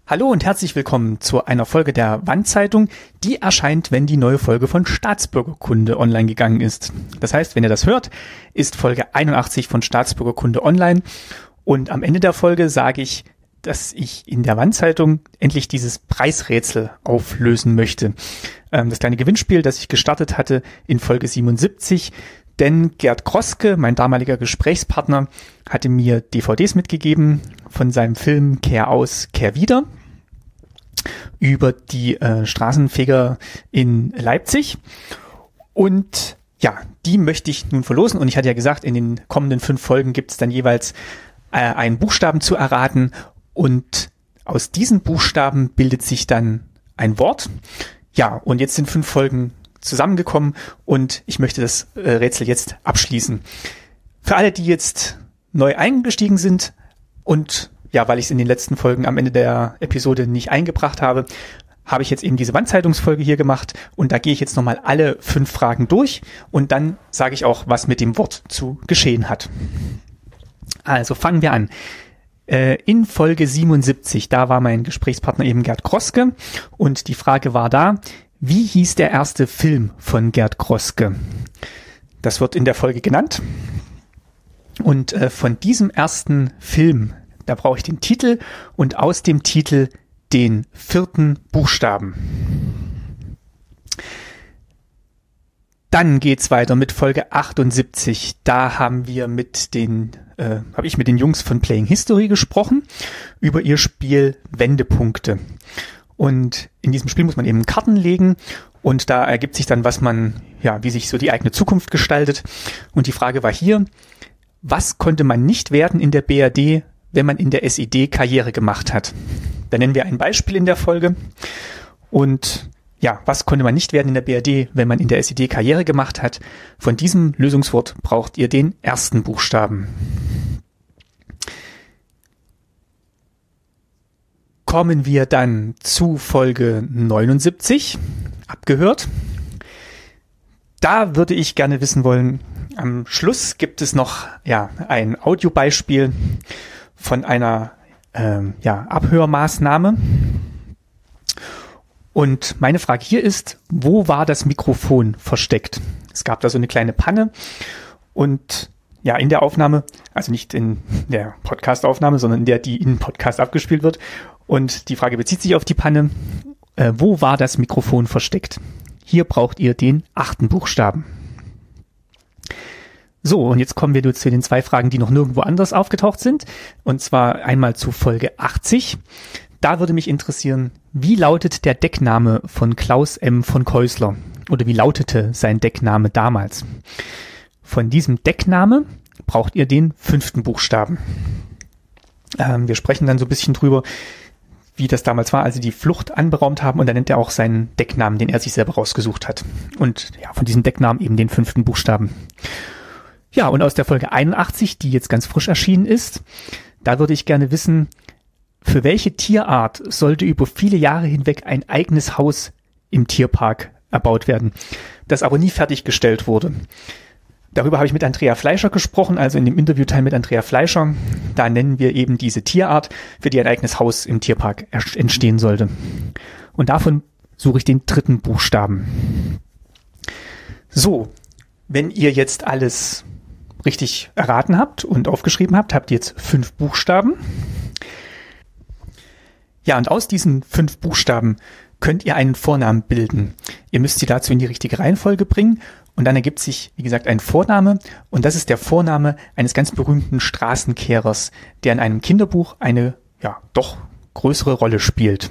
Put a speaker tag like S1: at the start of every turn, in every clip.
S1: Hallo und herzlich willkommen zu einer Folge der Wandzeitung, die erscheint, wenn die neue Folge von Staatsbürgerkunde online gegangen ist. Das heißt, wenn ihr das hört, ist Folge 81 von Staatsbürgerkunde online und am Ende der Folge sage ich, dass ich in der Wandzeitung endlich dieses Preisrätsel auflösen möchte. Das kleine Gewinnspiel, das ich gestartet hatte in Folge 77, denn Gerd Kroske, mein damaliger Gesprächspartner, hatte mir DVDs mitgegeben von seinem Film Kehr aus, Kehr wieder über die Straßenfeger in Leipzig. Und ja, die möchte ich nun verlosen. Und ich hatte ja gesagt, in den kommenden 5 Folgen gibt es dann jeweils einen Buchstaben zu erraten. Und aus diesen Buchstaben bildet sich dann ein Wort. Ja, und jetzt sind 5 Folgen zusammengekommen und ich möchte das Rätsel jetzt abschließen. Für alle, die jetzt neu eingestiegen sind und ja, weil ich es in den letzten Folgen am Ende der Episode nicht eingebracht habe, habe ich jetzt eben diese Wandzeitungsfolge hier gemacht und da gehe ich jetzt nochmal alle 5 Fragen durch und dann sage ich auch, was mit dem Wort zu geschehen hat. Also fangen wir an. In Folge 77, da war mein Gesprächspartner eben Gerd Kroske und die Frage war da, wie hieß der erste Film von Gerd Kroske? Das wird in der Folge genannt. Und von diesem ersten Film, da brauche ich den Titel und aus dem Titel den 4. Buchstaben. Dann geht's weiter mit Folge 78. Da haben wir habe ich mit den Jungs von Playing History gesprochen über ihr Spiel Wendepunkte. Und in diesem Spiel muss man eben Karten legen und da ergibt sich dann, wie sich so die eigene Zukunft gestaltet. Und die Frage war hier, was konnte man nicht werden in der BRD, wenn man in der SED Karriere gemacht hat? Da nennen wir ein Beispiel in der Folge. Und ja, was konnte man nicht werden in der BRD, wenn man in der SED Karriere gemacht hat? Von diesem Lösungswort braucht ihr den ersten Buchstaben. Kommen wir dann zu Folge 79, abgehört. Da würde ich gerne wissen wollen, am Schluss gibt es noch ein Audiobeispiel von einer Abhörmaßnahme. Und meine Frage hier ist, wo war das Mikrofon versteckt? Es gab da so eine kleine Panne und ja, in der Aufnahme, also nicht in der Podcast-Aufnahme, sondern in der, die in Podcast abgespielt wird. Und die Frage bezieht sich auf die Panne. Wo war das Mikrofon versteckt? Hier braucht ihr den 8. Buchstaben. So, und jetzt kommen wir zu den 2 Fragen, die noch nirgendwo anders aufgetaucht sind. Und zwar einmal zu Folge 80. Da würde mich interessieren, wie lautet der Deckname von Klaus M. von Keusler? Oder wie lautete sein Deckname damals? Von diesem Deckname braucht ihr den 5. Buchstaben. Wir sprechen dann so ein bisschen drüber, wie das damals war, als sie die Flucht anberaumt haben und dann nennt er auch seinen Decknamen, den er sich selber rausgesucht hat. Und ja, von diesem Decknamen eben den 5. Buchstaben. Ja, und aus der Folge 81, die jetzt ganz frisch erschienen ist, da würde ich gerne wissen, für welche Tierart sollte über viele Jahre hinweg ein eigenes Haus im Tierpark erbaut werden, das aber nie fertiggestellt wurde. Darüber habe ich mit Andrea Fleischer gesprochen, also in dem Interviewteil mit Andrea Fleischer. Da nennen wir eben diese Tierart, für die ein eigenes Haus im Tierpark entstehen sollte. Und davon suche ich den 3. Buchstaben. So, wenn ihr jetzt alles richtig erraten habt und aufgeschrieben habt, habt ihr jetzt 5 Buchstaben. Ja, und aus diesen 5 Buchstaben könnt ihr einen Vornamen bilden. Ihr müsst sie dazu in die richtige Reihenfolge bringen und dann ergibt sich, wie gesagt, ein Vorname und das ist der Vorname eines ganz berühmten Straßenkehrers, der in einem Kinderbuch eine, doch größere Rolle spielt.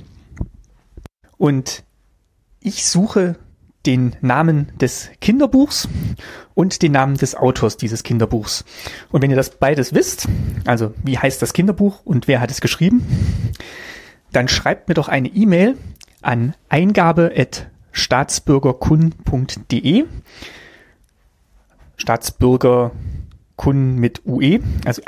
S1: Und ich suche den Namen des Kinderbuchs und den Namen des Autors dieses Kinderbuchs. Und wenn ihr das beides wisst, also wie heißt das Kinderbuch und wer hat es geschrieben, dann schreibt mir doch eine E-Mail an eingabe@staatsbürgerkun.de. Staatsbürgerkun mit UE, also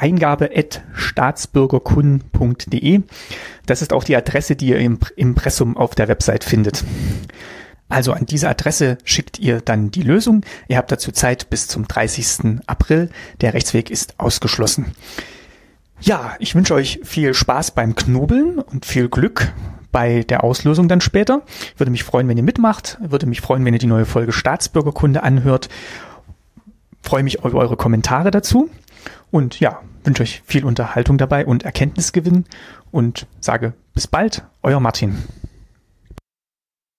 S1: eingabe@staatsbürgerkun.de. Das ist auch die Adresse, die ihr im Impressum auf der Website findet. Also an diese Adresse schickt ihr dann die Lösung. Ihr habt dazu Zeit bis zum 30. April. Der Rechtsweg ist ausgeschlossen. Ja, ich wünsche euch viel Spaß beim Knobeln und viel Glück bei der Auslosung dann später. Würde mich freuen, wenn ihr mitmacht. Würde mich freuen, wenn ihr die neue Folge Staatsbürgerkunde anhört. Freue mich über eure Kommentare dazu. Und ja, wünsche euch viel Unterhaltung dabei und Erkenntnisgewinn. Und sage bis bald, euer Martin.